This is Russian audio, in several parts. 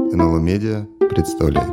НЛО Медиа представляет.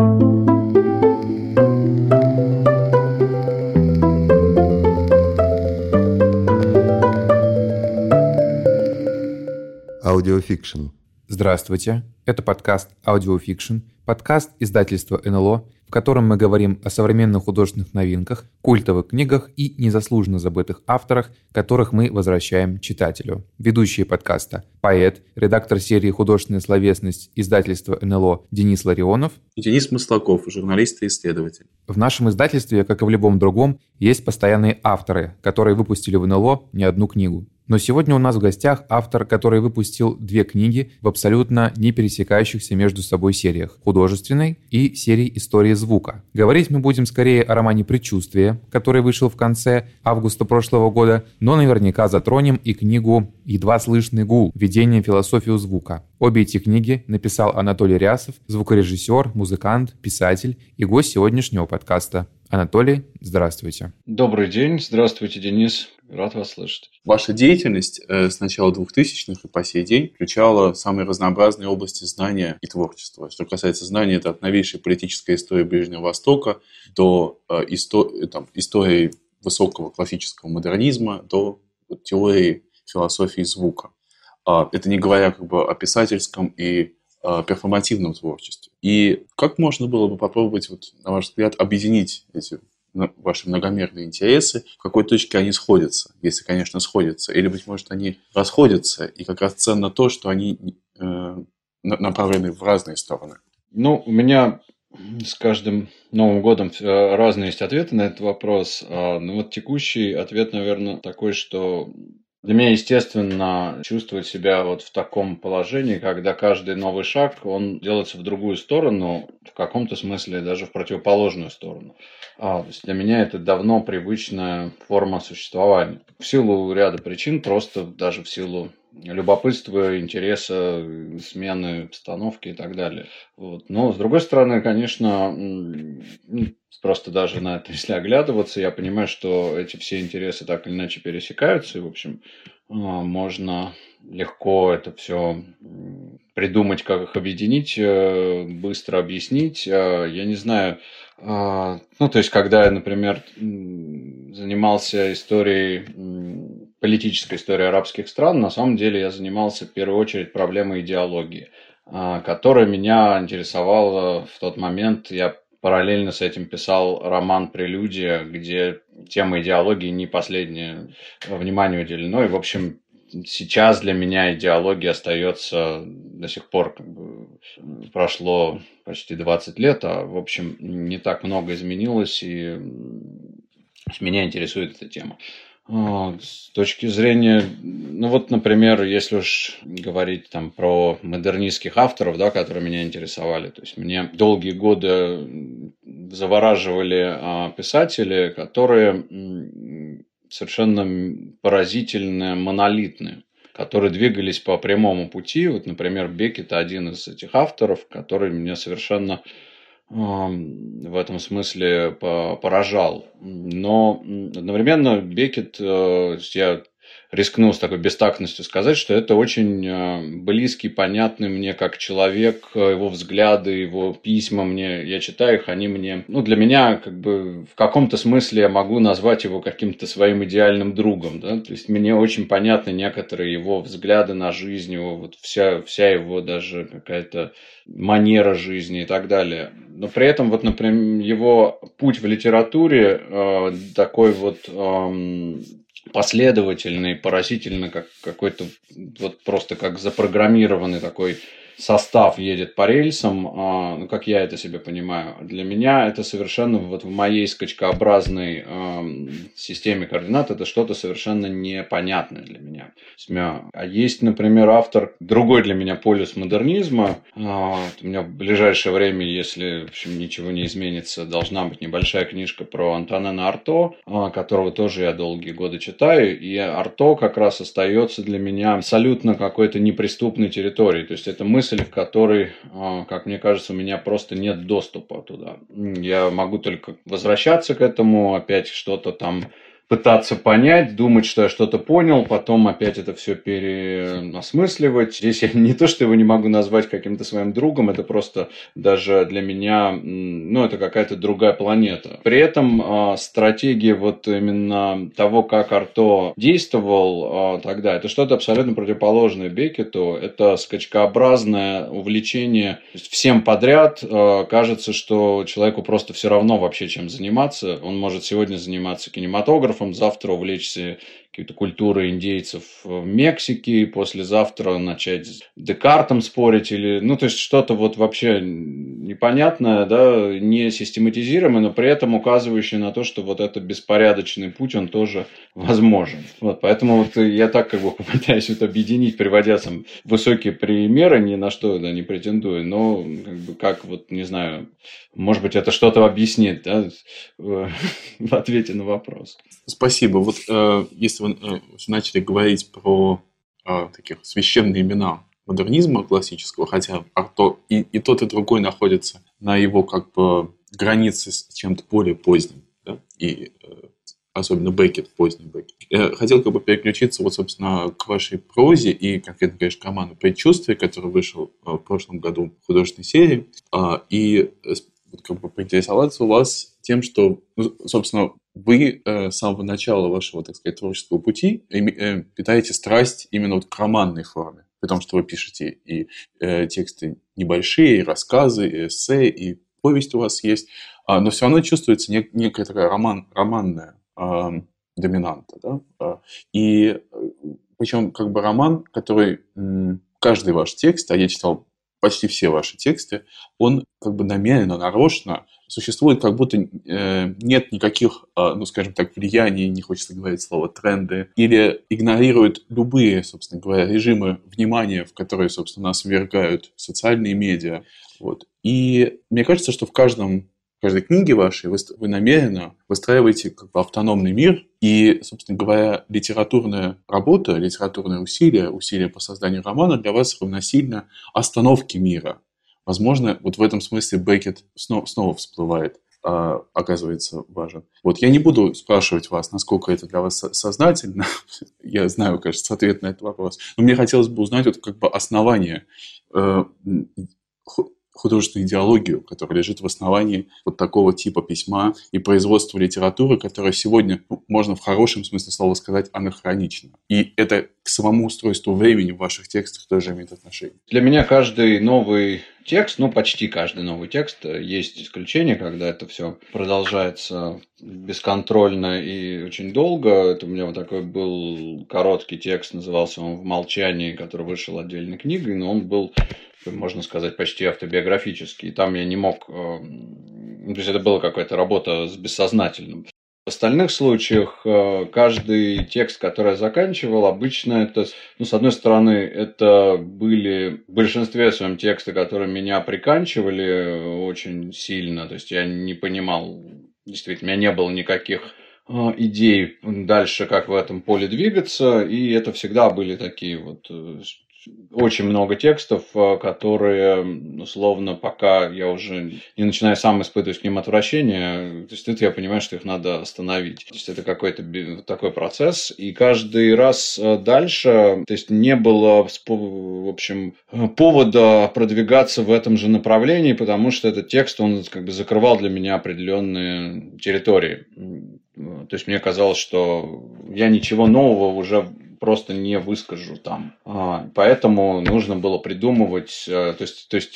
Аудиофикшн. Здравствуйте, это подкаст «Аудиофикшн», подкаст издательства НЛО, в котором мы говорим о современных художественных новинках, культовых книгах и незаслуженно забытых авторах, которых мы возвращаем читателю. Ведущие подкаста – поэт, редактор серии «Художественная словесность» издательства НЛО Денис Ларионов и Денис Маслаков, журналист и исследователь. В нашем издательстве, как и в любом другом, есть постоянные авторы, которые выпустили в НЛО не одну книгу. Но сегодня у нас в гостях автор, который выпустил 2 книги в абсолютно не пересекающихся между собой сериях – художественной и серии «Истории звука». Говорить мы будем скорее о романе «Предчувствие», который вышел в конце августа прошлого года, но наверняка затронем и книгу «Едва слышный гул. Введение в философию звука». Обе эти книги написал Анатолий Рясов, звукорежиссер, музыкант, писатель и гость сегодняшнего подкаста. Анатолий, здравствуйте. Добрый день, здравствуйте, Денис. Рад вас слышать. Ваша деятельность с начала 2000-х и по сей день включала самые разнообразные области знания и творчества. Что касается знаний, это от новейшей политической истории Ближнего Востока до истории высокого классического модернизма, до теории философии звука. Это не говоря о писательском и перформативном творчестве. И как можно было бы попробовать, на ваш взгляд, объединить эти ваши многомерные интересы, в какой точке они сходятся, если, конечно, сходятся, или, быть может, они расходятся, и как раз ценно то, что они направлены в разные стороны. У меня с каждым Новым годом разные есть ответы на этот вопрос. Текущий ответ, наверное, такой, что для меня, естественно, чувствовать себя в таком положении, когда каждый новый шаг, он делается в другую сторону, в каком-то смысле даже в противоположную сторону. То есть для меня это давно привычная форма существования. В силу ряда причин, просто даже в силу любопытства, интереса, смены обстановки и так далее. Но, с другой стороны, конечно, просто даже на это, если оглядываться, я понимаю, что эти все интересы так или иначе пересекаются, и, в общем, можно легко это все придумать, как их объединить, быстро объяснить. Я не знаю, то есть, когда я, например, занимался политической историей арабских стран, на самом деле я занимался в первую очередь проблемой идеологии, которая меня интересовала в тот момент. Я параллельно с этим писал роман «Прелюдия», где тема идеологии не последнее внимание уделено. И, в общем, сейчас для меня идеология остается до сих пор, прошло почти 20 лет, в общем, не так много изменилось, и меня интересует эта тема. С точки зрения, например, если уж говорить про модернистских авторов, которые меня интересовали, то есть мне долгие годы завораживали писатели, которые совершенно поразительно монолитны, которые двигались по прямому пути. Например, Беккет один из этих авторов, который меня совершенно в этом смысле поражал. Но одновременно Беккет, я рискнул с такой бестактностью сказать, что это очень близкий, понятный мне как человек, его взгляды, его письма я читаю их, они мне, для меня в каком-то смысле я могу назвать его каким-то своим идеальным другом, да? То есть мне очень понятны некоторые его взгляды на жизнь, его вся его даже какая-то манера жизни и так далее. Но при этом, например, его путь в литературе такой последовательный, поразительно, как какой-то просто как запрограммированный такой состав едет по рельсам, как я это себе понимаю. Для меня это совершенно в моей скачкообразной системе координат это что-то совершенно непонятное для меня. А есть, например, автор, другой для меня полюс модернизма. У меня в ближайшее время, если в общем, ничего не изменится, должна быть небольшая книжка про Антонена Арто, которого тоже я долгие годы читаю. И Арто как раз остается для меня абсолютно какой-то неприступной территорией. То есть это мысль, в которой, как мне кажется, у меня просто нет доступа туда. Я могу только возвращаться к этому, опять что-то там пытаться понять, думать, что я что-то понял, потом опять это все переосмысливать. Здесь я не то, что его не могу назвать каким-то своим другом, это просто даже для меня, ну, это какая-то другая планета. При этом стратегия вот именно того, как Арто действовал тогда, это что-то абсолютно противоположное Беккету. Это скачкообразное увлечение всем подряд. Кажется, что человеку просто все равно вообще чем заниматься. Он может сегодня заниматься кинематографом, завтра увлечься какой-то культурой индейцев в Мексике, послезавтра начать с Декартом спорить, или, ну, то есть что-то вот вообще непонятное, да, не систематизируемое, но при этом указывающее на то, что вот этот беспорядочный путь, он тоже возможен. Вот, поэтому вот я так как бы попытаюсь это объединить, приводя там высокие примеры, ни на что да, не претендую, но как бы как вот, не знаю, может быть, это что-то объяснит, да, в ответе на вопрос. Спасибо. Вот если вы начали говорить про таких священные имена модернизма классического, хотя Арто и тот, и другой находятся на его как бы границе с чем-то более поздним, да? И особенно Беккет, поздний Беккет. Я хотел как бы переключиться вот, собственно, к вашей прозе и конкретно, конечно, к роману «Предчувствие», который вышел в прошлом году в художественной серии. И как бы поинтересоваться у вас тем, что, ну, собственно, вы с самого начала вашего, так сказать, творческого пути питаете страсть именно вот к романной форме. При том, что вы пишете и тексты небольшие, и рассказы, и эссе, и повесть у вас есть. Но все равно чувствуется некая такая романная доминанта. Да? И причем как бы роман, который каждый ваш текст, а я читал почти все ваши тексты, он как бы намеренно, нарочно существует, как будто нет никаких, ну, скажем так, влияний, не хочется говорить слово тренды, или игнорирует любые, собственно говоря, режимы внимания, в которые, собственно, нас ввергают социальные медиа. Вот. И мне кажется, что в каждой книге вашей вы намеренно выстраиваете как бы автономный мир, и, собственно говоря, литературная работа, литературные усилия по созданию романа для вас равносильно остановке мира. Возможно, вот в этом смысле Беккет снова всплывает, оказывается важен. Вот я не буду спрашивать вас, насколько это для вас сознательно. Я знаю, кажется, ответ на этот вопрос. Но мне хотелось бы узнать вот как бы основание, художественную идеологию, которая лежит в основании вот такого типа письма и производства литературы, которая сегодня, можно в хорошем смысле слова сказать, анахронична. И это к самому устройству времени в ваших текстах тоже имеет отношение. Для меня каждый новый текст, ну почти каждый новый текст, есть исключение, когда это все продолжается бесконтрольно и очень долго. Это у меня вот такой был короткий текст, назывался он «В молчании», который вышел отдельной книгой, но он был, можно сказать, почти автобиографический. И там я не мог... То есть, это была какая-то работа с бессознательным. В остальных случаях каждый текст, который я заканчивал, обычно это, ну, с одной стороны, это были в большинстве своем тексты, которые меня приканчивали очень сильно. То есть, я не понимал, действительно, у меня не было никаких идей дальше, как в этом поле двигаться. И это всегда были такие вот... Очень много текстов, которые, условно, пока я уже не начинаю сам испытывать к ним отвращение, то есть это я понимаю, что их надо остановить. То есть это какой-то такой процесс, и каждый раз дальше, то есть не было, в общем, повода продвигаться в этом же направлении, потому что этот текст, он как бы закрывал для меня определенные территории. То есть мне казалось, что я ничего нового уже просто не выскажу там. Поэтому нужно было придумывать, то есть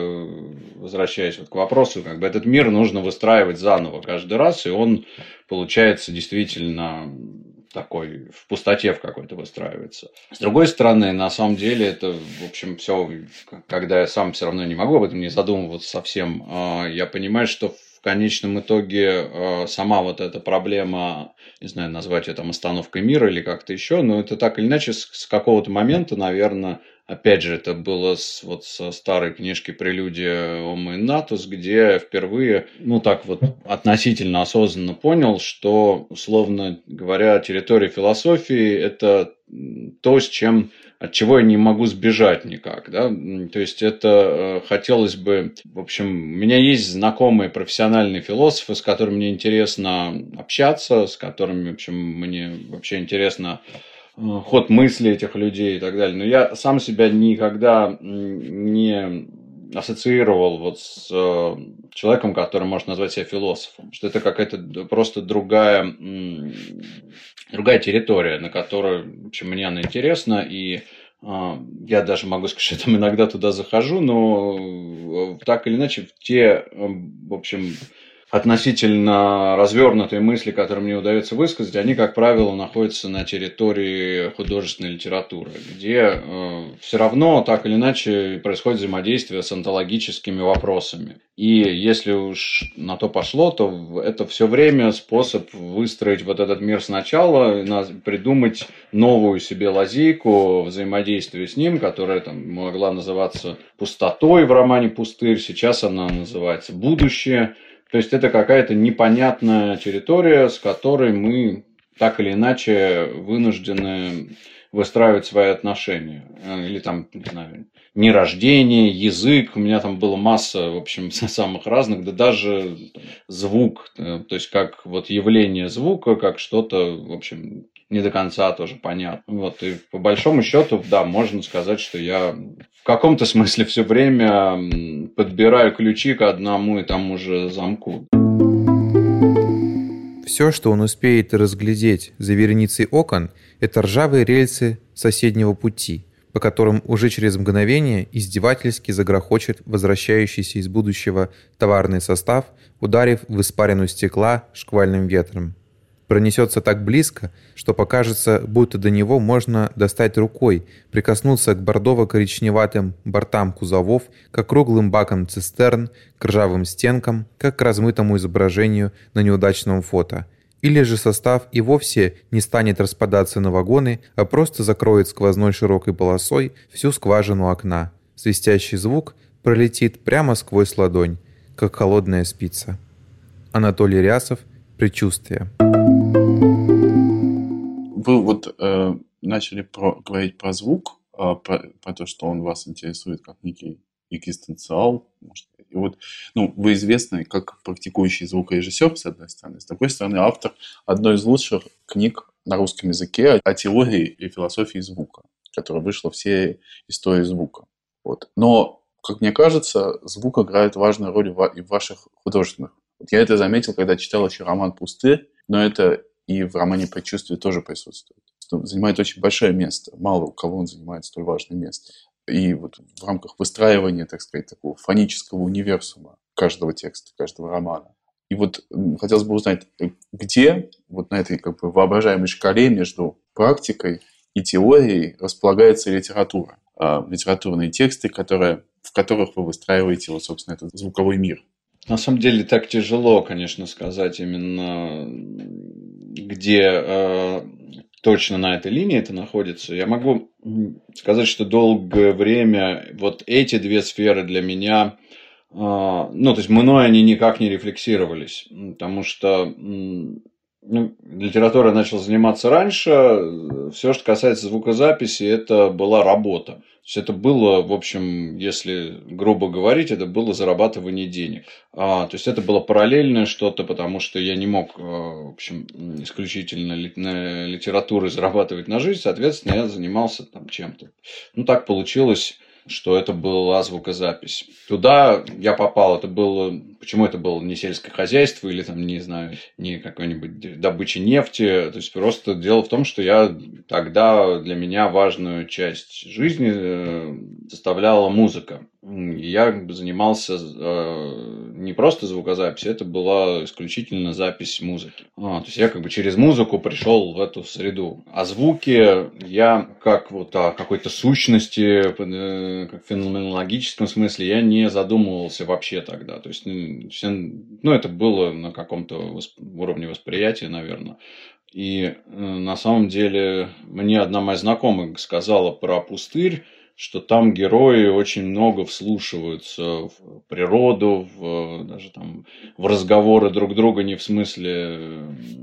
возвращаясь вот к вопросу, как бы этот мир нужно выстраивать заново каждый раз, и он получается действительно такой в пустоте в какой-то выстраивается. С другой стороны, на самом деле, это, в общем, все, когда я сам все равно не могу об этом не задумываться совсем, я понимаю, что в конечном итоге сама вот эта проблема, не знаю, назвать ее там остановкой мира или как-то еще, но это так или иначе с какого-то момента, наверное, опять же, это было со старой книжки «Прелюдия Homo Innatus», где я впервые, ну так вот относительно осознанно понял, что, условно говоря, территория философии – это то, с чем от чего я не могу сбежать никак, да, то есть это хотелось бы, в общем, у меня есть знакомые профессиональные философы, с которыми мне интересно общаться, с которыми, в общем, мне вообще интересно ход мысли этих людей и так далее, но я сам себя никогда не ассоциировал вот с человеком, который может назвать себя философом, что это какая-то просто другая территория, на которой, в общем, мне она интересна, и я даже могу сказать, что там иногда туда захожу, но так или иначе те, в общем, относительно развернутые мысли, которые мне удается высказать, они, как правило, находятся на территории художественной литературы, где все равно так или иначе происходит взаимодействие с онтологическими вопросами. И если уж на то пошло, то это все время способ выстроить вот этот мир сначала, придумать новую себе лазейку взаимодействия с ним, которая там могла называться пустотой в романе «Пустырь», сейчас она называется «Будущее». То есть это какая-то непонятная территория, с которой мы так или иначе вынуждены выстраивать свои отношения. Или там, не знаю, нерождение, язык. У меня там было масса, в общем, самых разных, да даже звук. То есть как вот явление звука, как что-то, в общем, не до конца тоже понятно. Вот. И по большому счету, да, можно сказать, что я в каком-то смысле все время подбираю ключи к одному и тому же замку. Все, что он успеет разглядеть за вереницей окон, это ржавые рельсы соседнего пути, по которым уже через мгновение издевательски загрохочет возвращающийся из будущего товарный состав, ударив в испарину стекла шквальным ветром. Пронесется так близко, что покажется, будто до него можно достать рукой, прикоснуться к бордово-коричневатым бортам кузовов, к округлым бакам цистерн, к ржавым стенкам, как к размытому изображению на неудачном фото. Или же состав и вовсе не станет распадаться на вагоны, а просто закроет сквозной широкой полосой всю скважину окна. Свистящий звук пролетит прямо сквозь ладонь, как холодная спица. Анатолий Рясов. Предчувствие. Вы вот начали говорить про звук, про то, что он вас интересует как некий экзистенциал. И вот, вы известны как практикующий звукорежиссер, с одной стороны. С другой стороны, автор одной из лучших книг на русском языке о теории и философии звука, которая вышла в серии «История звука». Вот. Но, как мне кажется, звук играет важную роль и в ваших художественных. Я это заметил, когда читал еще роман «Пустырь», но это и в романе «Предчувствие» тоже присутствует. Он занимает очень большое место. Мало у кого он занимает столь важное место. И вот в рамках выстраивания, так сказать, такого фонического универсума каждого текста, каждого романа. И вот хотелось бы узнать, где вот на этой воображаемой шкале между практикой и теорией располагается литература. Литературные тексты, в которых вы выстраиваете, собственно, этот звуковой мир. На самом деле так тяжело, конечно, сказать именно, где точно на этой линии это находится. Я могу сказать, что долгое время вот эти две сферы для меня, то есть мной они никак не рефлексировались, потому что литературой я начал заниматься раньше. Все, что касается звукозаписи, это была работа. То есть это было, в общем, если грубо говорить, это было зарабатывание денег. То есть это было параллельное что-то, потому что я не мог, в общем, исключительно литературой зарабатывать на жизнь, соответственно, я занимался там чем-то. Так получилось, что это была звукозапись. Туда я попал, почему это было не сельское хозяйство или там, не знаю, не какой-нибудь добыча нефти. То есть просто дело в том, что я тогда для меня важную часть жизни составляла музыка. Я занимался не просто звукозаписью, это была исключительно запись музыки. То есть я через музыку пришел в эту среду. А звуки я как вот о какой-то сущности, как в феноменологическом смысле, я не задумывался вообще тогда. То есть, это было на каком-то уровне восприятия, наверное. И на самом деле мне одна моя знакомая сказала про «Пустырь», что там герои очень много вслушиваются в природу, даже там в разговоры друг друга, не в смысле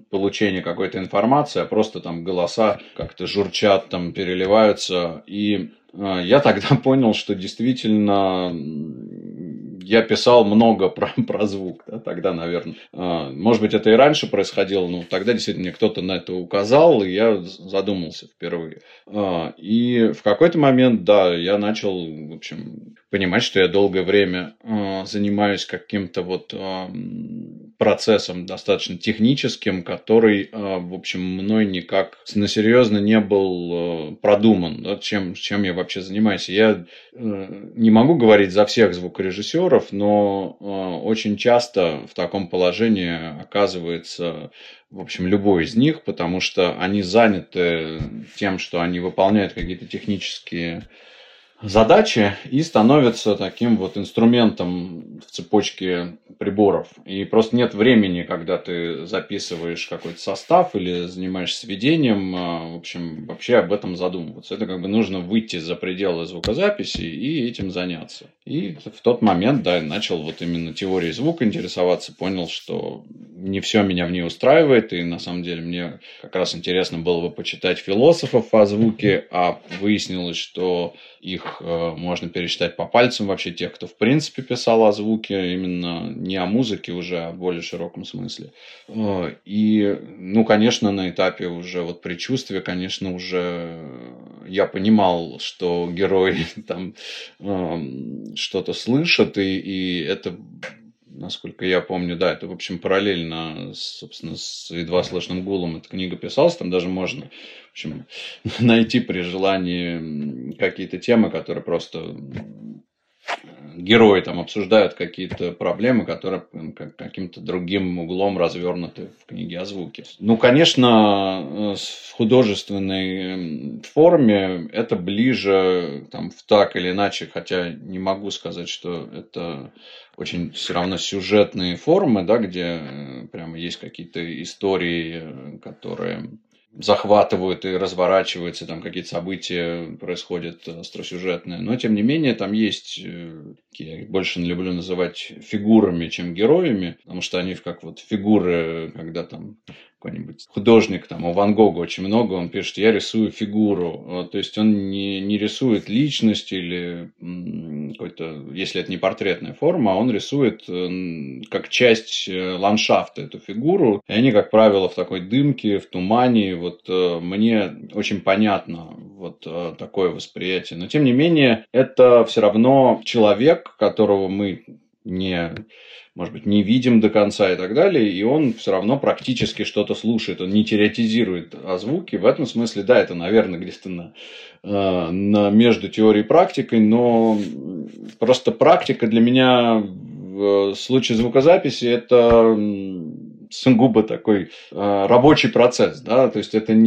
получения какой-то информации, а просто там голоса как-то журчат, там переливаются. И я тогда понял, что действительно я писал много про звук, да, тогда, наверное. Может быть, это и раньше происходило, но тогда действительно мне кто-то на это указал, и я задумался впервые. И в какой-то момент, да, я начал, в общем, понимать, что я долгое время занимаюсь каким-то вот процессом достаточно техническим, который, в общем, мной никак серьезно не был продуман, да, чем я вообще занимаюсь. Я не могу говорить за всех звукорежиссеров, но очень часто в таком положении оказывается, в общем, любой из них, потому что они заняты тем, что они выполняют какие-то технические задачи и становятся таким вот инструментом в цепочке приборов. И просто нет времени, когда ты записываешь какой-то состав или занимаешься сведением, в общем, вообще об этом задумываться. Это как бы нужно выйти за пределы звукозаписи и этим заняться. И в тот момент, да, я начал вот именно теорией звука интересоваться, понял, что не все меня в ней устраивает, и на самом деле мне как раз интересно было бы почитать философов о звуке, а выяснилось, что их можно пересчитать по пальцам вообще тех, кто в принципе писал о звуке, именно не о музыке уже, а в более широком смысле. И, ну, конечно, на этапе уже вот предчувствия, конечно, уже я понимал, что герой там что-то слышит, и это, насколько я помню, да, это, в общем, параллельно, собственно, с едва слышным гулом эта книга писалась, там даже можно, в общем, найти при желании какие-то темы, которые просто герои там обсуждают какие-то проблемы, которые каким-то другим углом развернуты в книге о звуке. Ну, конечно, в художественной форме это ближе там, в так или иначе, хотя не могу сказать, что это очень все равно сюжетные формы, да, где прямо есть какие-то истории, которые захватывают и разворачиваются, там какие-то события происходят остросюжетные. Но, тем не менее, там есть, я больше люблю называть фигурами, чем героями, потому что они как вот фигуры, когда там какой-нибудь художник, там у Ван Гога очень много, он пишет, я рисую фигуру. То есть он не рисует личность или какой-то, если это не портретная форма, а он рисует как часть ландшафта эту фигуру. И они, как правило, в такой дымке, в тумане. Вот мне очень понятно вот такое восприятие. Но тем не менее, это все равно человек, которого мы может быть, не видим до конца и так далее, и он все равно практически что-то слушает, он не теоретизирует о звуке. В этом смысле, да, это, наверное, где-то между теорией и практикой, но просто практика для меня в случае звукозаписи это сугубо такой рабочий процесс, да, то есть это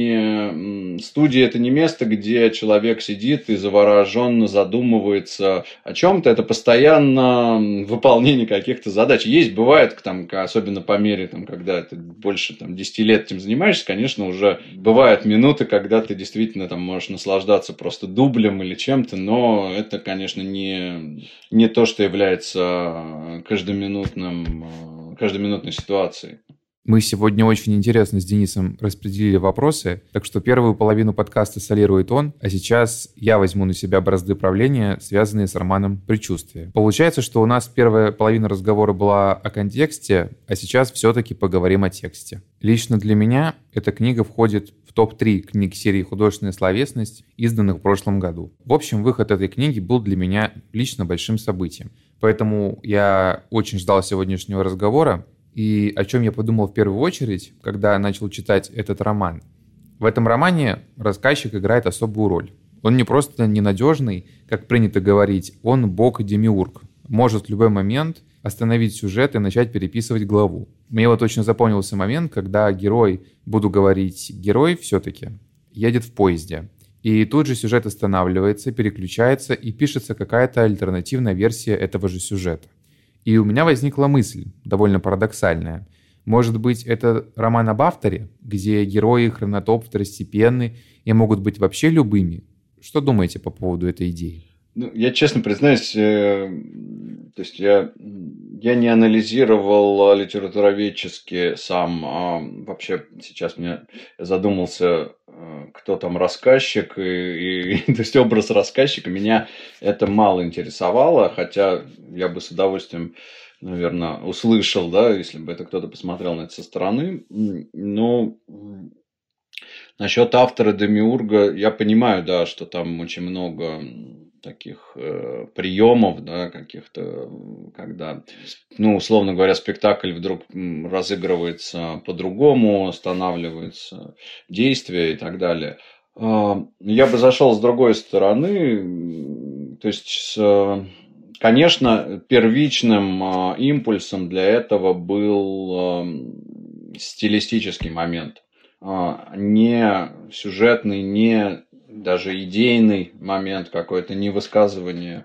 не студия, это не место, где человек сидит и завороженно задумывается о чем-то, это постоянно выполнение каких-то задач. Есть, бывает, там, особенно по мере, там, когда ты больше 10 лет этим занимаешься, конечно, уже бывают минуты, когда ты действительно там можешь наслаждаться просто дублем или чем-то, но это, конечно, не то, что является каждоминутной ситуацией. Мы сегодня очень интересно с Денисом распределили вопросы, так что первую половину подкаста солирует он, а сейчас я возьму на себя бразды правления, связанные с романом «Предчувствие». Получается, что у нас первая половина разговора была о контексте, а сейчас все-таки поговорим о тексте. Лично для меня эта книга входит в топ-3 книг серии «Художественная словесность», изданных в прошлом году. В общем, выход этой книги был для меня лично большим событием. Поэтому я очень ждал сегодняшнего разговора. И о чем я подумал в первую очередь, когда начал читать этот роман. В этом романе рассказчик играет особую роль. Он не просто ненадежный, как принято говорить, он бог и демиург. Может в любой момент остановить сюжет и начать переписывать главу. Мне вот очень запомнился момент, когда герой, буду говорить герой все-таки, едет в поезде. И тут же сюжет останавливается, переключается и пишется какая-то альтернативная версия этого же сюжета. И у меня возникла мысль, довольно парадоксальная. Может быть, это роман об авторе, где герои хронотоп второстепенны и могут быть вообще любыми? Что думаете по поводу этой идеи? Ну, я честно признаюсь, то есть я Я не анализировал литературоведчески сам. Вообще сейчас я задумался, кто там рассказчик. То есть образ рассказчика меня это мало интересовало, хотя я бы с удовольствием, наверное, услышал, да, если бы это кто-то посмотрел на это со стороны. Но насчет автора Демиурга я понимаю, да, что там очень много таких приемов, да, каких-то, когда, условно говоря, спектакль вдруг разыгрывается по-другому, останавливается действие и так далее. Я бы зашел с другой стороны, то есть, конечно, первичным импульсом для этого был стилистический момент. Не сюжетный, не даже идейный момент какой-то, не высказывание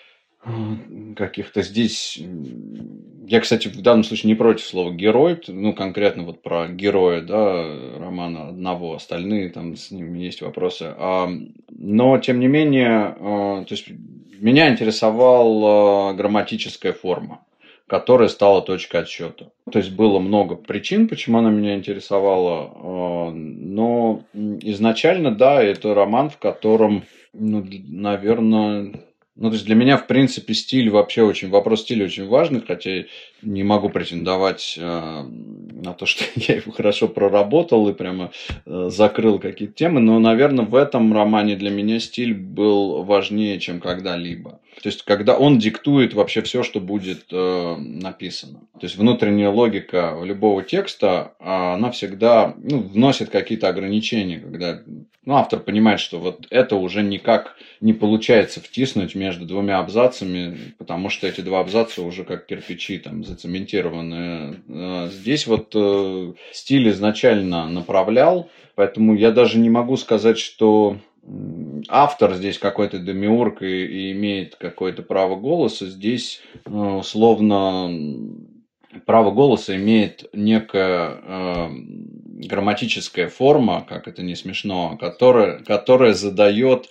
каких-то здесь... Я, кстати, в данном случае не против слова «герой», конкретно вот про героя, да, романа одного, остальные там с ними есть вопросы. Но, тем не менее, то есть меня интересовала грамматическая форма, которая стала точкой отсчета. То есть было много причин, почему она меня интересовала, но изначально, да, это роман, в котором, наверное... то есть для меня, в принципе, вопрос стиля очень важный, хотя не могу претендовать на то, что я его хорошо проработал и прямо закрыл какие-то темы, но, наверное, в этом романе для меня стиль был важнее, чем когда-либо. То есть, когда он диктует вообще все, что будет написано. То есть, внутренняя логика любого текста, она всегда вносит какие-то ограничения, когда автор понимает, что вот это уже никак не получается втиснуть между двумя абзацами, потому что эти два абзаца уже как кирпичи там зацементированы. Здесь вот стиль изначально направлял, поэтому я даже не могу сказать, что автор здесь какой-то демиург и имеет какое-то право голоса. Здесь условно право голоса имеет некая грамматическая форма, как это не смешно, которая задает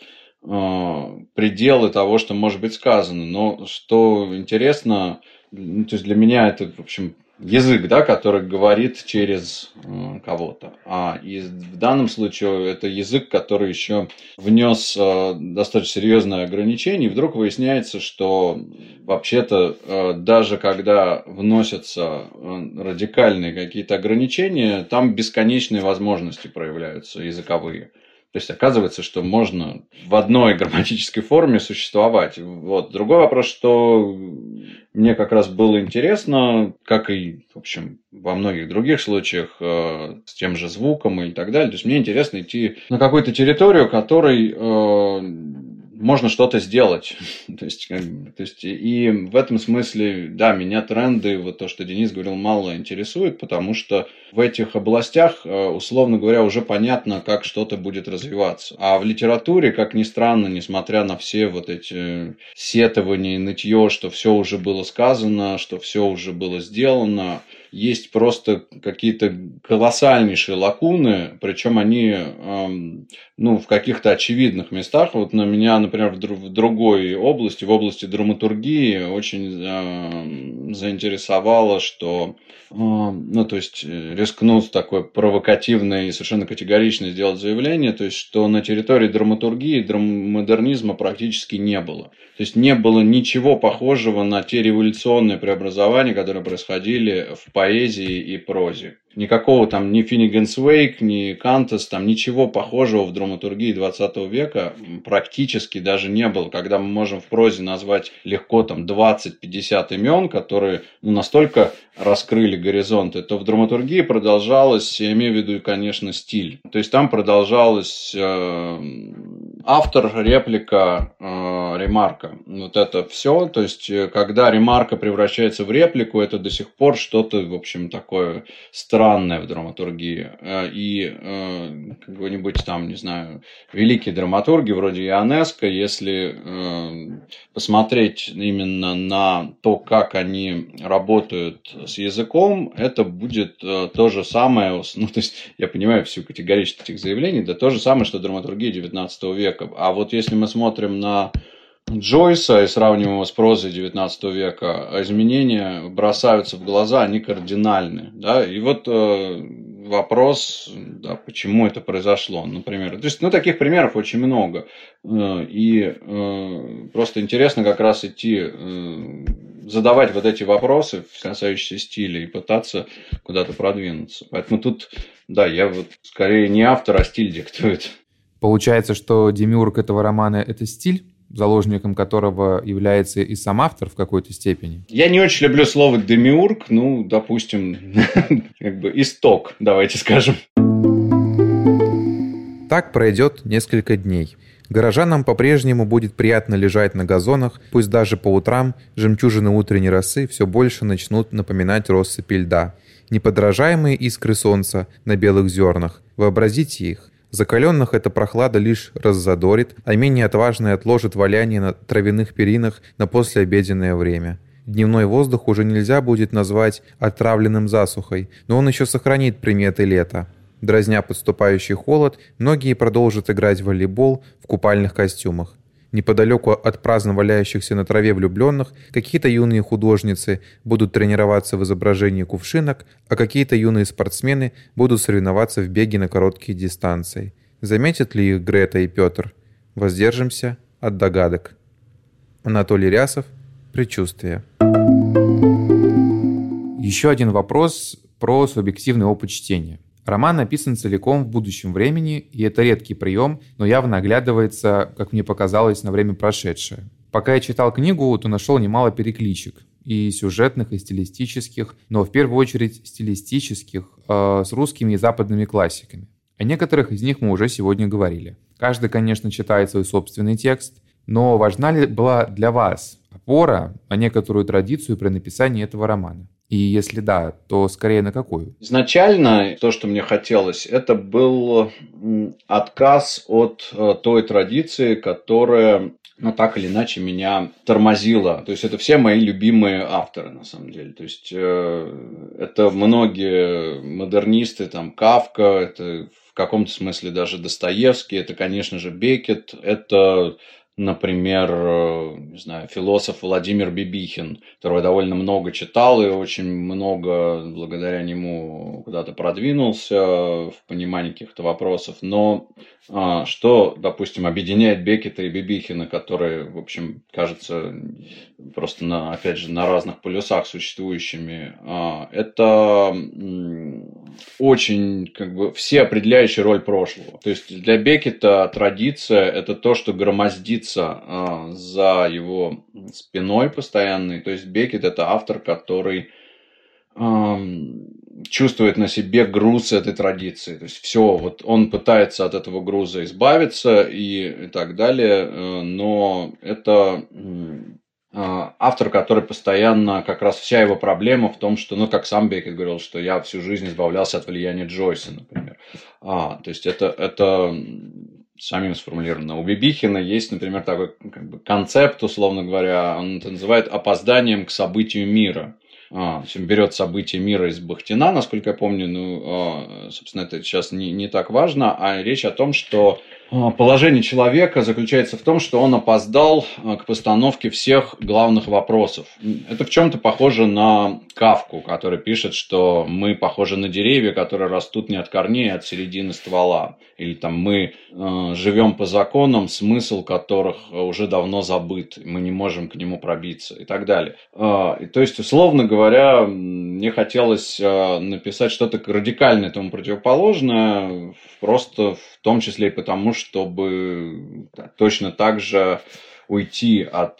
пределы того, что может быть сказано. Но что интересно, то есть для меня это, в общем, язык, да, который говорит через кого-то. И в данном случае это язык, который еще внес достаточно серьезное ограничение. И вдруг выясняется, что вообще-то даже когда вносятся радикальные какие-то ограничения, там бесконечные возможности проявляются языковые. То есть оказывается, что можно в одной грамматической форме существовать. Вот. Другой вопрос, что мне как раз было интересно, как и, в общем, во многих других случаях с тем же звуком и так далее. То есть мне интересно идти на какую-то территорию, которой можно что-то сделать. то есть, и в этом смысле, да, меня тренды, вот то, что Денис говорил, мало интересует, потому что в этих областях, условно говоря, уже понятно, как что-то будет развиваться. А в литературе, как ни странно, несмотря на все вот эти сетования и нытье, что все уже было сказано, что все уже было сделано, есть просто какие-то колоссальнейшие лакуны, причем они в каких-то очевидных местах. Вот на меня, например, в другой области, в области драматургии, очень заинтересовало, что то есть рискну такое провокативное и совершенно категорично сделать заявление, то есть что на территории драматургии модернизма практически не было. То есть не было ничего похожего на те революционные преобразования, которые происходили в поэзии и прозе. Никакого там ни Финниганс Уэйк, ни Кантес, там ничего похожего в драматургии 20 века практически даже не было. Когда мы можем в прозе назвать легко там 20-50 имен, которые настолько раскрыли горизонты, то в драматургии продолжалось, я имею в виду, конечно, стиль. То есть там продолжалось автор, реплика, ремарка. Вот это все. То есть когда ремарка превращается в реплику, это до сих пор что-то, в общем, такое странное в драматургии. И какой-нибудь там, не знаю, великие драматурги вроде Ионеско, если посмотреть именно на то, как они работают с языком, это будет то же самое, то есть я понимаю всю категоричность этих заявлений, да то же самое, что драматургия 19 века. А вот если мы смотрим на Джойса и сравниваем его с прозой XIX века, изменения бросаются в глаза, они кардинальны. Да? И вот вопрос, да, почему это произошло, например. То есть, таких примеров очень много. И просто интересно как раз идти, задавать вот эти вопросы, касающиеся стиля, и пытаться куда-то продвинуться. Поэтому тут, да, я вот скорее не автор, а стиль диктует. Получается, что демиург этого романа – это стиль, заложником которого является и сам автор в какой-то степени? Я не очень люблю слово демиург, допустим, как бы исток, давайте скажем. Так пройдет несколько дней. Горожанам по-прежнему будет приятно лежать на газонах, пусть даже по утрам жемчужины утренней росы все больше начнут напоминать россыпи льда. Неподражаемые искры солнца на белых зернах. Вообразите их. Закаленных эта прохлада лишь раззадорит, а менее отважные отложат валяние на травяных перинах на послеобеденное время. Дневной воздух уже нельзя будет назвать отравленным засухой, но он еще сохранит приметы лета. Дразня подступающий холод, многие продолжат играть в волейбол в купальных костюмах. Неподалеку от праздно валяющихся на траве влюбленных какие-то юные художницы будут тренироваться в изображении кувшинок, а какие-то юные спортсмены будут соревноваться в беге на короткие дистанции. Заметят ли их Грета и Петр? Воздержимся от догадок. Анатолий Рясов. Предчувствие. Еще один вопрос про субъективный опыт чтения. Роман написан целиком в будущем времени, и это редкий прием, но явно оглядывается, как мне показалось, на время прошедшее. Пока я читал книгу, то нашел немало перекличек, и сюжетных, и стилистических, но в первую очередь стилистических, с русскими и западными классиками. О некоторых из них мы уже сегодня говорили. Каждый, конечно, читает свой собственный текст, но важна ли была для вас опора на некоторую традицию при написании этого романа? И если да, то скорее на какую? Изначально то, что мне хотелось, это был отказ от той традиции, которая, так или иначе меня тормозила. То есть это все мои любимые авторы, на самом деле. То есть это многие модернисты, Кафка, это в каком-то смысле даже Достоевский, это, конечно же, Беккет, это... Например, не знаю, философ Владимир Бибихин, которого я довольно много читал и очень много благодаря нему куда-то продвинулся в понимании каких-то вопросов. Но что, допустим, объединяет Беккета и Бибихина, которые, в общем, кажется, просто опять же, на разных полюсах существующими, это очень, всеопределяющая роль прошлого. То есть для Беккета традиция – это то, что громоздится за его спиной постоянной. То есть Беккет – это автор, который чувствует на себе груз этой традиции. То есть все, вот он пытается от этого груза избавиться и так далее, но это автор, который постоянно, как раз вся его проблема в том, что, как сам Беккет говорил, что я всю жизнь избавлялся от влияния Джойса, например. То есть это самим сформулировано. У Бибихина есть, например, такой концепт, условно говоря, он это называет опозданием к событию мира. Он берет события мира из Бахтина, насколько я помню, собственно, это сейчас не так важно, а речь о том, что положение человека заключается в том, что он опоздал к постановке всех главных вопросов. Это в чем-то похоже на Кафку, который пишет, что мы похожи на деревья, которые растут не от корней, а от середины ствола. Или мы живем по законам, смысл которых уже давно забыт, мы не можем к нему пробиться и так далее. То есть, условно говоря, мне хотелось написать что-то радикально этому противоположное, просто в том числе и потому, чтобы точно так же уйти от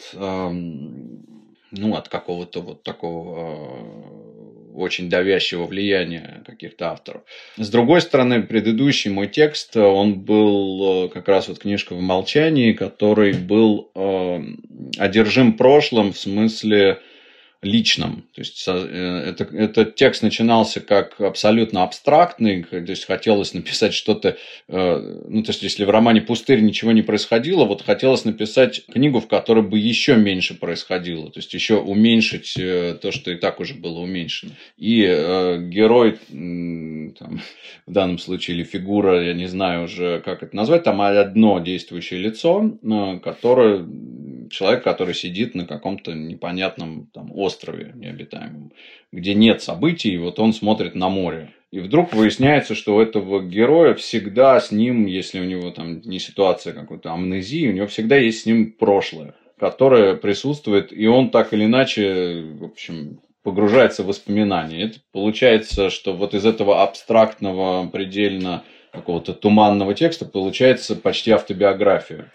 какого-то вот такого очень давящего влияния каких-то авторов. С другой стороны, предыдущий мой текст, он был как раз книжка «В молчании», который был одержим прошлым в смысле личном. То есть этот текст начинался как абсолютно абстрактный, то есть хотелось написать что-то, то есть если в романе «Пустырь» ничего не происходило, хотелось написать книгу, в которой бы еще меньше происходило, то есть еще уменьшить то, что и так уже было уменьшено. И герой, в данном случае, или фигура, я не знаю уже, как это назвать, там одно действующее лицо, которое человек, который сидит на каком-то непонятном там острове необитаемом, где нет событий, и вот он смотрит на море. И вдруг выясняется, что у этого героя всегда с ним, если у него там не ситуация какой-то амнезии, у него всегда есть с ним прошлое, которое присутствует, и он так или иначе, в общем, погружается в воспоминания. Это получается, что вот из этого абстрактного, предельно какого-то туманного текста получается почти автобиография.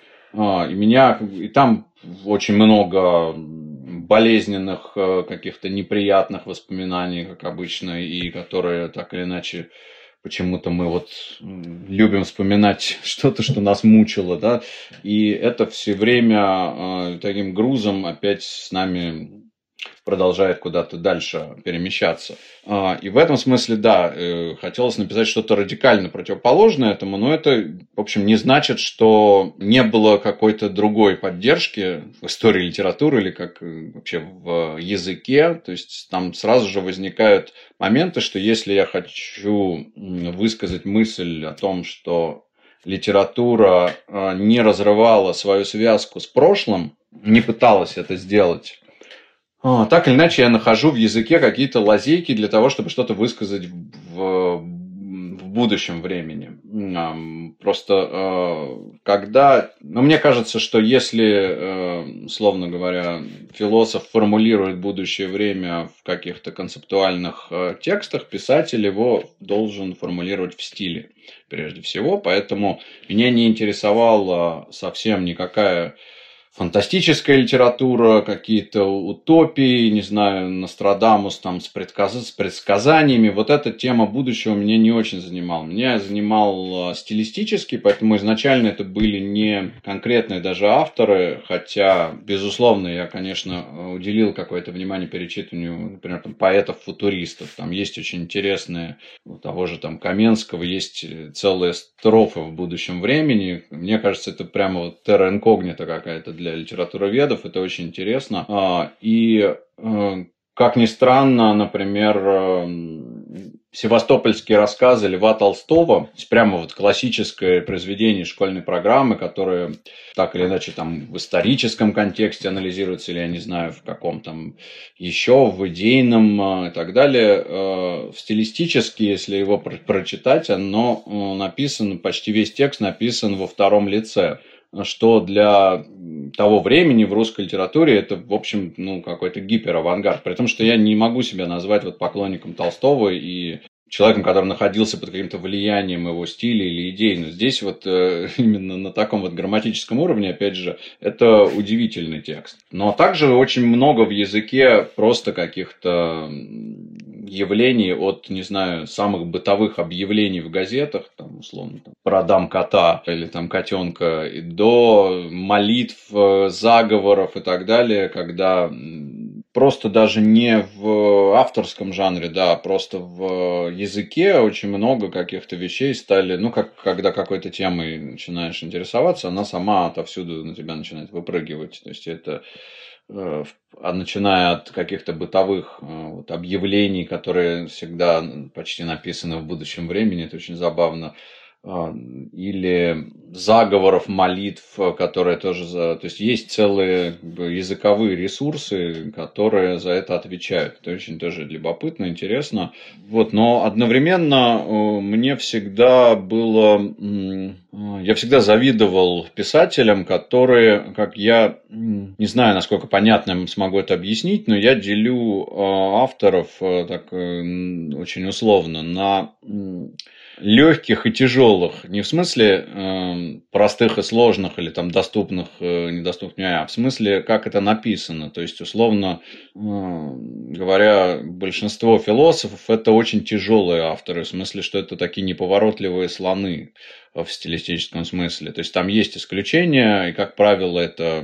И там очень много болезненных, каких-то неприятных воспоминаний, как обычно, и которые так или иначе почему-то мы вот любим вспоминать что-то, что нас мучило, да, и это все время таким грузом опять с нами продолжает куда-то дальше перемещаться. И в этом смысле, да, хотелось написать что-то радикально противоположное этому, но это, в общем, не значит, что не было какой-то другой поддержки в истории литературы или как вообще в языке. То есть там сразу же возникают моменты, что если я хочу высказать мысль о том, что литература не разрывала свою связку с прошлым, не пыталась это сделать, так или иначе, я нахожу в языке какие-то лазейки для того, чтобы что-то высказать в будущем времени. Просто когда... Ну, мне кажется, что если, условно говоря, философ формулирует будущее время в каких-то концептуальных текстах, писатель его должен формулировать в стиле, прежде всего. Поэтому меня не интересовала совсем никакая фантастическая литература, какие-то утопии, не знаю, Нострадамус там с предсказаниями. Вот эта тема будущего меня не очень занимала. Меня занимал стилистически, поэтому изначально это были не конкретные даже авторы, хотя, безусловно, я, конечно, уделил какое-то внимание перечитыванию, например, там, поэтов-футуристов. Там есть очень интересные, у того же там Каменского есть целые строфы в будущем времени. Мне кажется, это прямо вот терра инкогнита какая-то для литературоведов, это очень интересно. И, как ни странно, например, севастопольские рассказы Льва Толстого, то есть прямо вот классическое произведение школьной программы, которое так или иначе там в историческом контексте анализируется, или я не знаю, в каком там еще, в идейном и так далее. Стилистически, если его прочитать, оно написано, почти весь текст написан во втором лице, что для того времени в русской литературе это, в общем, какой-то гиперавангард. При том, что я не могу себя назвать вот поклонником Толстого и человеком, который находился под каким-то влиянием его стиля или идей. Но здесь вот именно на таком вот грамматическом уровне, опять же, это удивительный текст. Но также очень много в языке просто каких-то явлений от, не знаю, самых бытовых объявлений в газетах, там, условно, там, «Продам кота» или там «Котенка», и до молитв, заговоров и так далее, когда просто даже не в авторском жанре, да, просто в языке очень много каких-то вещей стали, как когда какой-то темой начинаешь интересоваться, она сама отовсюду на тебя начинает выпрыгивать. То есть это начиная от каких-то бытовых объявлений, которые всегда почти написаны в будущем времени, это очень забавно, или заговоров, молитв, которые тоже то есть есть целые языковые ресурсы, которые за это отвечают. Это очень тоже любопытно, интересно. Но одновременно мне всегда было... Я всегда завидовал писателям, которые, как я не знаю, насколько понятно смогу это объяснить, но я делю авторов так очень условно на легких и тяжелых, не в смысле простых и сложных или там доступных, недоступных, а в смысле, как это написано. То есть, условно говоря, большинство философов это очень тяжелые авторы, в смысле, что это такие неповоротливые слоны в стилистическом смысле. То есть там есть исключения, и, как правило, это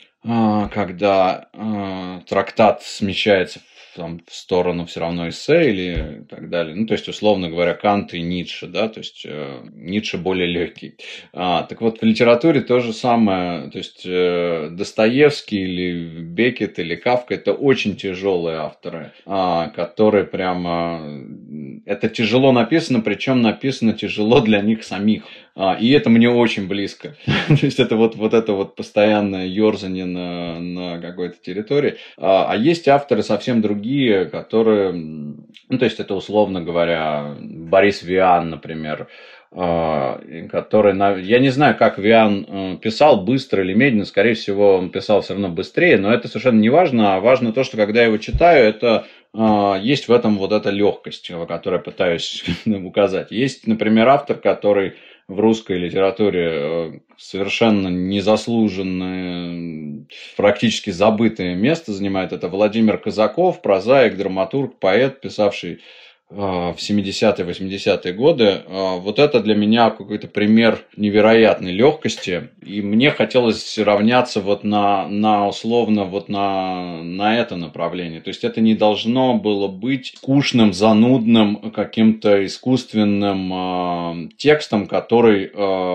когда трактат смещается в сторону все равно эссе или так далее. То есть, условно говоря, Кант и Ницше, да, то есть Ницше более легкий. Так вот, в литературе то же самое. То есть, Достоевский или Беккет или Кафка – это очень тяжелые авторы, которые прямо это тяжело написано, причем написано тяжело для них самих. И это мне очень близко. То есть это вот это вот постоянное ерзание на какой-то территории. А есть авторы совсем другие, которые... Ну, то есть это, условно говоря, Борис Виан, например, который... Я не знаю, как Виан писал, быстро или медленно. Скорее всего, он писал все равно быстрее, но это совершенно не важно. А важно то, что когда я его читаю, это... Есть в этом вот эта легкость, которую я пытаюсь указать. Есть, например, автор, который в русской литературе совершенно незаслуженное, практически забытое место занимает. Это Владимир Казаков, прозаик, драматург, поэт, писавший в 70-е, 80-е годы. Вот это для меня какой-то пример невероятной легкости. И мне хотелось равняться вот на условно вот на это направление. То есть это не должно было быть скучным, занудным, каким-то искусственным текстом, который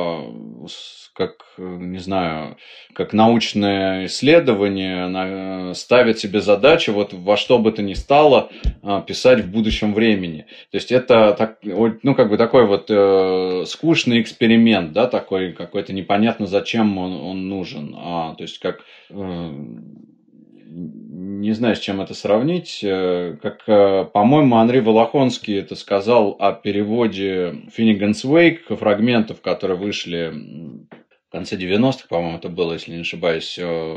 не знаю, как научное исследование ставит себе задачу вот во что бы то ни стало писать в будущем времени. То есть это такой вот скучный эксперимент, да, такой какой-то непонятно зачем он нужен. То есть не знаю, с чем это сравнить. По-моему, Анри Волохонский это сказал о переводе Finnegan's Wake, фрагментов, которые вышли в конце 90-х, по-моему, это было, если не ошибаюсь.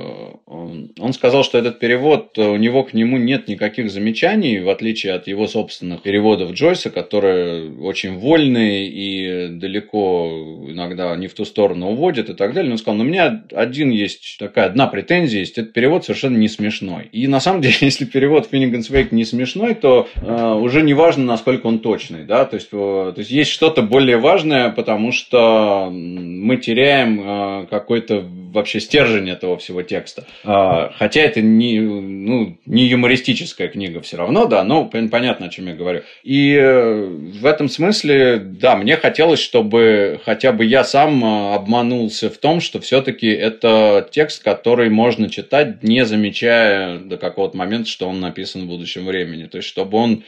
Он сказал, что этот перевод, у него к нему нет никаких замечаний, в отличие от его собственных переводов Джойса, которые очень вольные и далеко иногда не в ту сторону уводят и так далее. Он сказал, у меня одна претензия есть, этот перевод совершенно не смешной. И на самом деле, если перевод Finnegan's Wake не смешной, то уже не важно, насколько он точный. Да? То есть что-то более важное, потому что мы теряем какой-то вообще стержень этого всего текста. Хотя это не юмористическая книга все равно, да, но понятно, о чем я говорю. И в этом смысле, да, мне хотелось, чтобы хотя бы я сам обманулся в том, что все-таки это текст, который можно читать, не замечая до какого-то момента, что он написан в будущем времени. То есть, чтобы он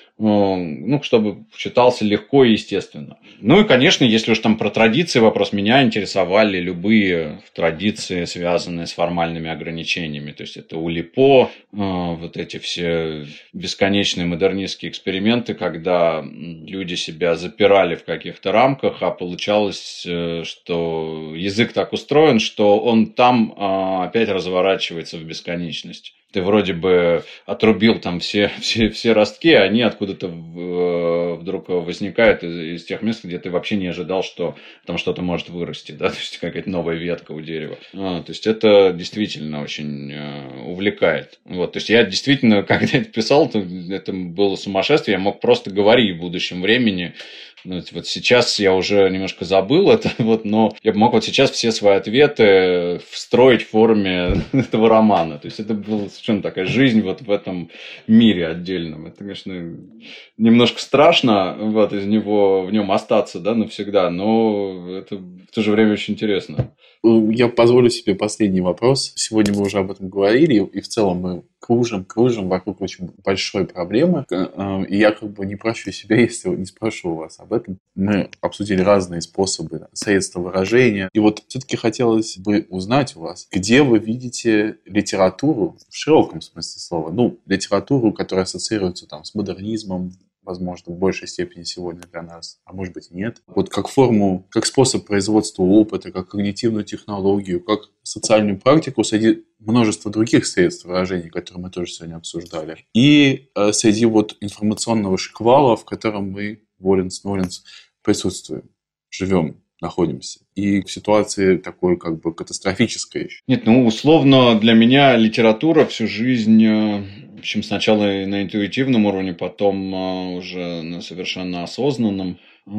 чтобы читался легко и естественно. Ну и, конечно, если уж там про традиции вопрос, меня интересовали любые традиции, связанные с формальными ограничениями. То есть, это Улипо, вот эти все бесконечные модернистские эксперименты, когда люди себя запирали в каких-то рамках, а получалось, что язык так устроен, что он там опять разворачивается в бесконечность. Ты вроде бы отрубил там все ростки, а они откуда-то вдруг возникают из тех мест, где ты вообще не ожидал, что там что-то может вырасти, да, то есть какая-то новая ветка у дерева. То есть это действительно очень увлекает. Вот, то есть я действительно, когда это писал, это было сумасшествие, я мог просто говорить в будущем времени. Вот сейчас я уже немножко забыл это, но я мог вот сейчас все свои ответы встроить в форме этого романа. То есть это была совершенно такая жизнь вот в этом мире отдельном. Это, конечно, немножко страшно в нем остаться, да, навсегда, но это в то же время очень интересно. Я позволю себе последний вопрос. Сегодня мы уже об этом говорили, и в целом мы кружим вокруг очень большой проблемы. И я не прощу себя, если не спрошу у вас об этом. Мы обсудили разные способы, средства выражения. И вот все-таки хотелось бы узнать у вас, где вы видите литературу в широком смысле слова. Литературу, которая ассоциируется там с модернизмом, возможно, в большей степени сегодня для нас, а может быть нет. Вот как форму, как способ производства опыта, как когнитивную технологию, как социальную практику среди множества других средств выражения, которые мы тоже сегодня обсуждали. И среди информационного шквала, в котором мы, воленс-ноленс, присутствуем, живем, находимся. И в ситуации такой катастрофической. Нет, условно для меня литература всю жизнь, в общем, сначала на интуитивном уровне, потом уже на совершенно осознанном,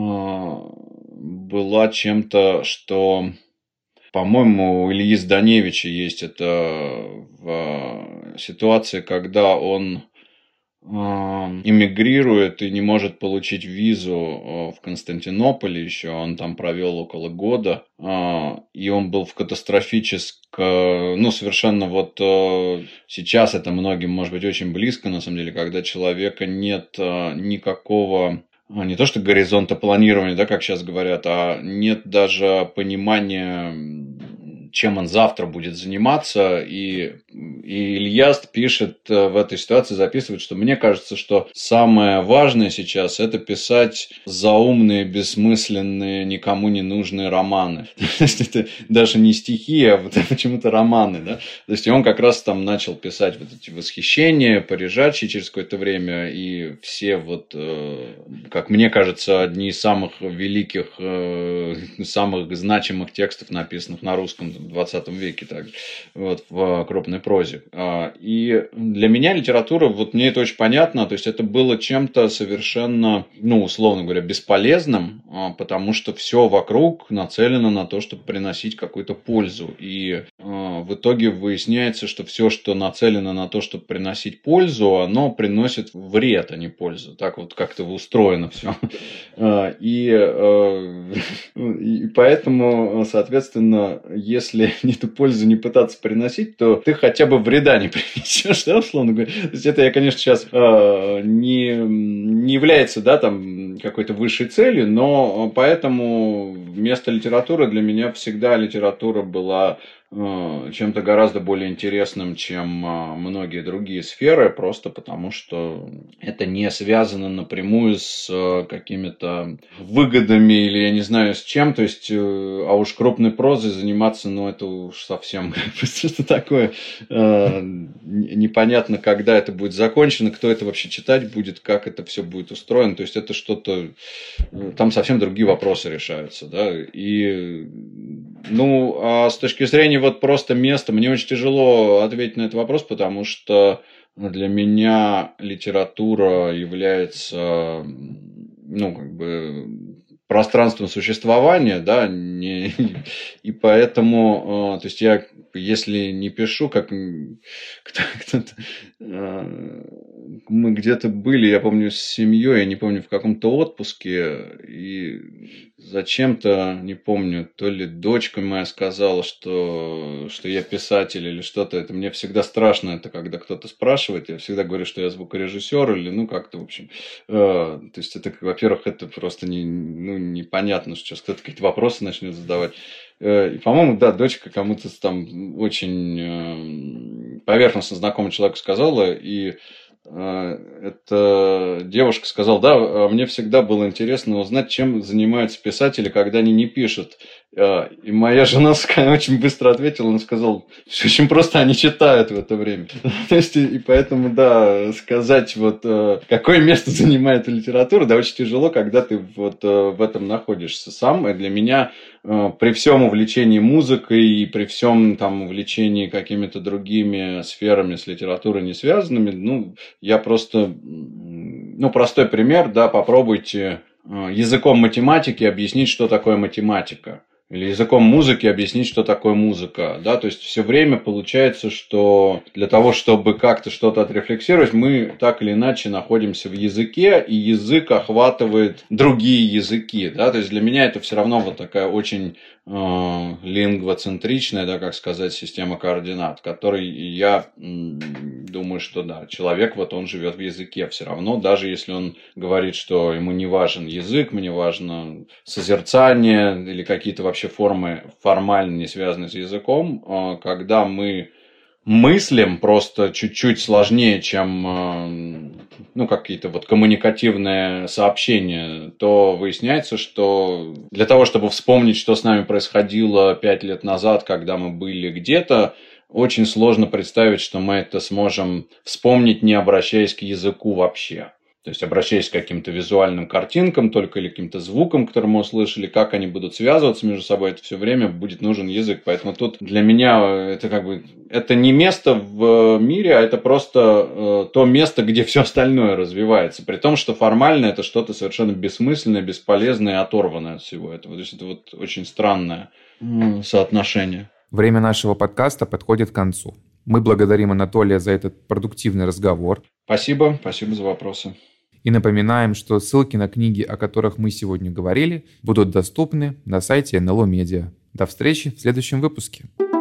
была чем-то, что, по-моему, у Ильи Зданевича есть это в ситуации, когда он эмигрирует и не может получить визу в Константинополе еще. Он там провел около года. И он был в совершенно сейчас это многим может быть очень близко, на самом деле, когда человека нет никакого, не то что горизонта планирования, да, как сейчас говорят, а нет даже понимания, чем он завтра будет заниматься. И Ильяс пишет в этой ситуации, записывает, что мне кажется, что самое важное сейчас – это писать заумные, бессмысленные, никому не нужные романы. То есть, это даже не стихи, а почему-то романы. Да? То есть, и он как раз там начал писать вот эти восхищения, парижачи через какое-то время, и все как мне кажется, одни из самых великих, самых значимых текстов, написанных на русском в 20 веке, также, в крупной прозе. И для меня литература, мне это очень понятно, то есть это было чем-то совершенно, условно говоря, бесполезным, потому что все вокруг нацелено на то, чтобы приносить какую-то пользу. И в итоге выясняется, что все, что нацелено на то, чтобы приносить пользу, оно приносит вред, а не пользу. Так вот как-то устроено все. И поэтому, соответственно, если эту пользу не пытаться приносить, то ты хотя бы вреда не принесешь, да, условно говоря. То есть это я, конечно, сейчас не является, да, там какой-то высшей целью, но поэтому вместо литературы для меня всегда литература была чем-то гораздо более интересным, чем многие другие сферы, просто потому что это не связано напрямую с какими-то выгодами или я не знаю с чем, то есть, а уж крупной прозой заниматься, это уж совсем что-то такое непонятно, когда это будет закончено, кто это вообще читать будет, как это все будет устроено, то есть это что-то, там совсем другие вопросы решаются, да, и а с точки зрения просто места, мне очень тяжело ответить на этот вопрос, потому что для меня литература является, пространством существования, да, и поэтому, то есть я, если не пишу, как кто-то, мы где-то были, я помню, с семьей, я не помню, в каком-то отпуске, и зачем-то, не помню, то ли дочка моя сказала, что я писатель или что-то. Это мне всегда страшно, это когда кто-то спрашивает. Я всегда говорю, что я звукорежиссер или как-то, в общем. То есть, это, во-первых, это просто непонятно, что сейчас кто-то какие-то вопросы начнет задавать. И, по-моему, да, дочка кому-то там очень поверхностно знакомому человеку сказала, и эта девушка сказала, да, мне всегда было интересно узнать, чем занимаются писатели, когда они не пишут. И моя жена очень быстро ответила, она сказала, все очень просто, они читают в это время. То есть, и поэтому, да, сказать, какое место занимает литература, да, очень тяжело, когда ты в этом находишься сам. И для меня при всем увлечении музыкой и при всем там увлечении какими-то другими сферами с литературой не связанными, я просто, простой пример, да, попробуйте языком математики объяснить, что такое математика. Или языком музыки объяснить, что такое музыка. Да? То есть, все время получается, что для того, чтобы как-то что-то отрефлексировать, мы так или иначе находимся в языке, и язык охватывает другие языки. Да? То есть, для меня это все равно такая очень лингвоцентричная, да, как сказать, система координат, которой я думаю, что да, человек он живет в языке все равно, даже если он говорит, что ему не важен язык, мне важно созерцание или какие-то вообще формы формально не связанные с языком, когда мы мыслим просто чуть-чуть сложнее, чем какие-то коммуникативные сообщения, то выясняется, что для того, чтобы вспомнить, что с нами происходило 5 лет назад, когда мы были где-то, очень сложно представить, что мы это сможем вспомнить, не обращаясь к языку вообще. То есть, обращаясь к каким-то визуальным картинкам, только или каким-то звукам, которые мы услышали, как они будут связываться между собой, это все время будет нужен язык. Поэтому тут для меня это это не место в мире, а это просто то место, где все остальное развивается. При том, что формально это что-то совершенно бессмысленное, бесполезное и оторванное от всего этого. То есть, это очень странное соотношение. Время нашего подкаста подходит к концу. Мы благодарим Анатолия за этот продуктивный разговор. Спасибо за вопросы. И напоминаем, что ссылки на книги, о которых мы сегодня говорили, будут доступны на сайте NLO Media. До встречи в следующем выпуске.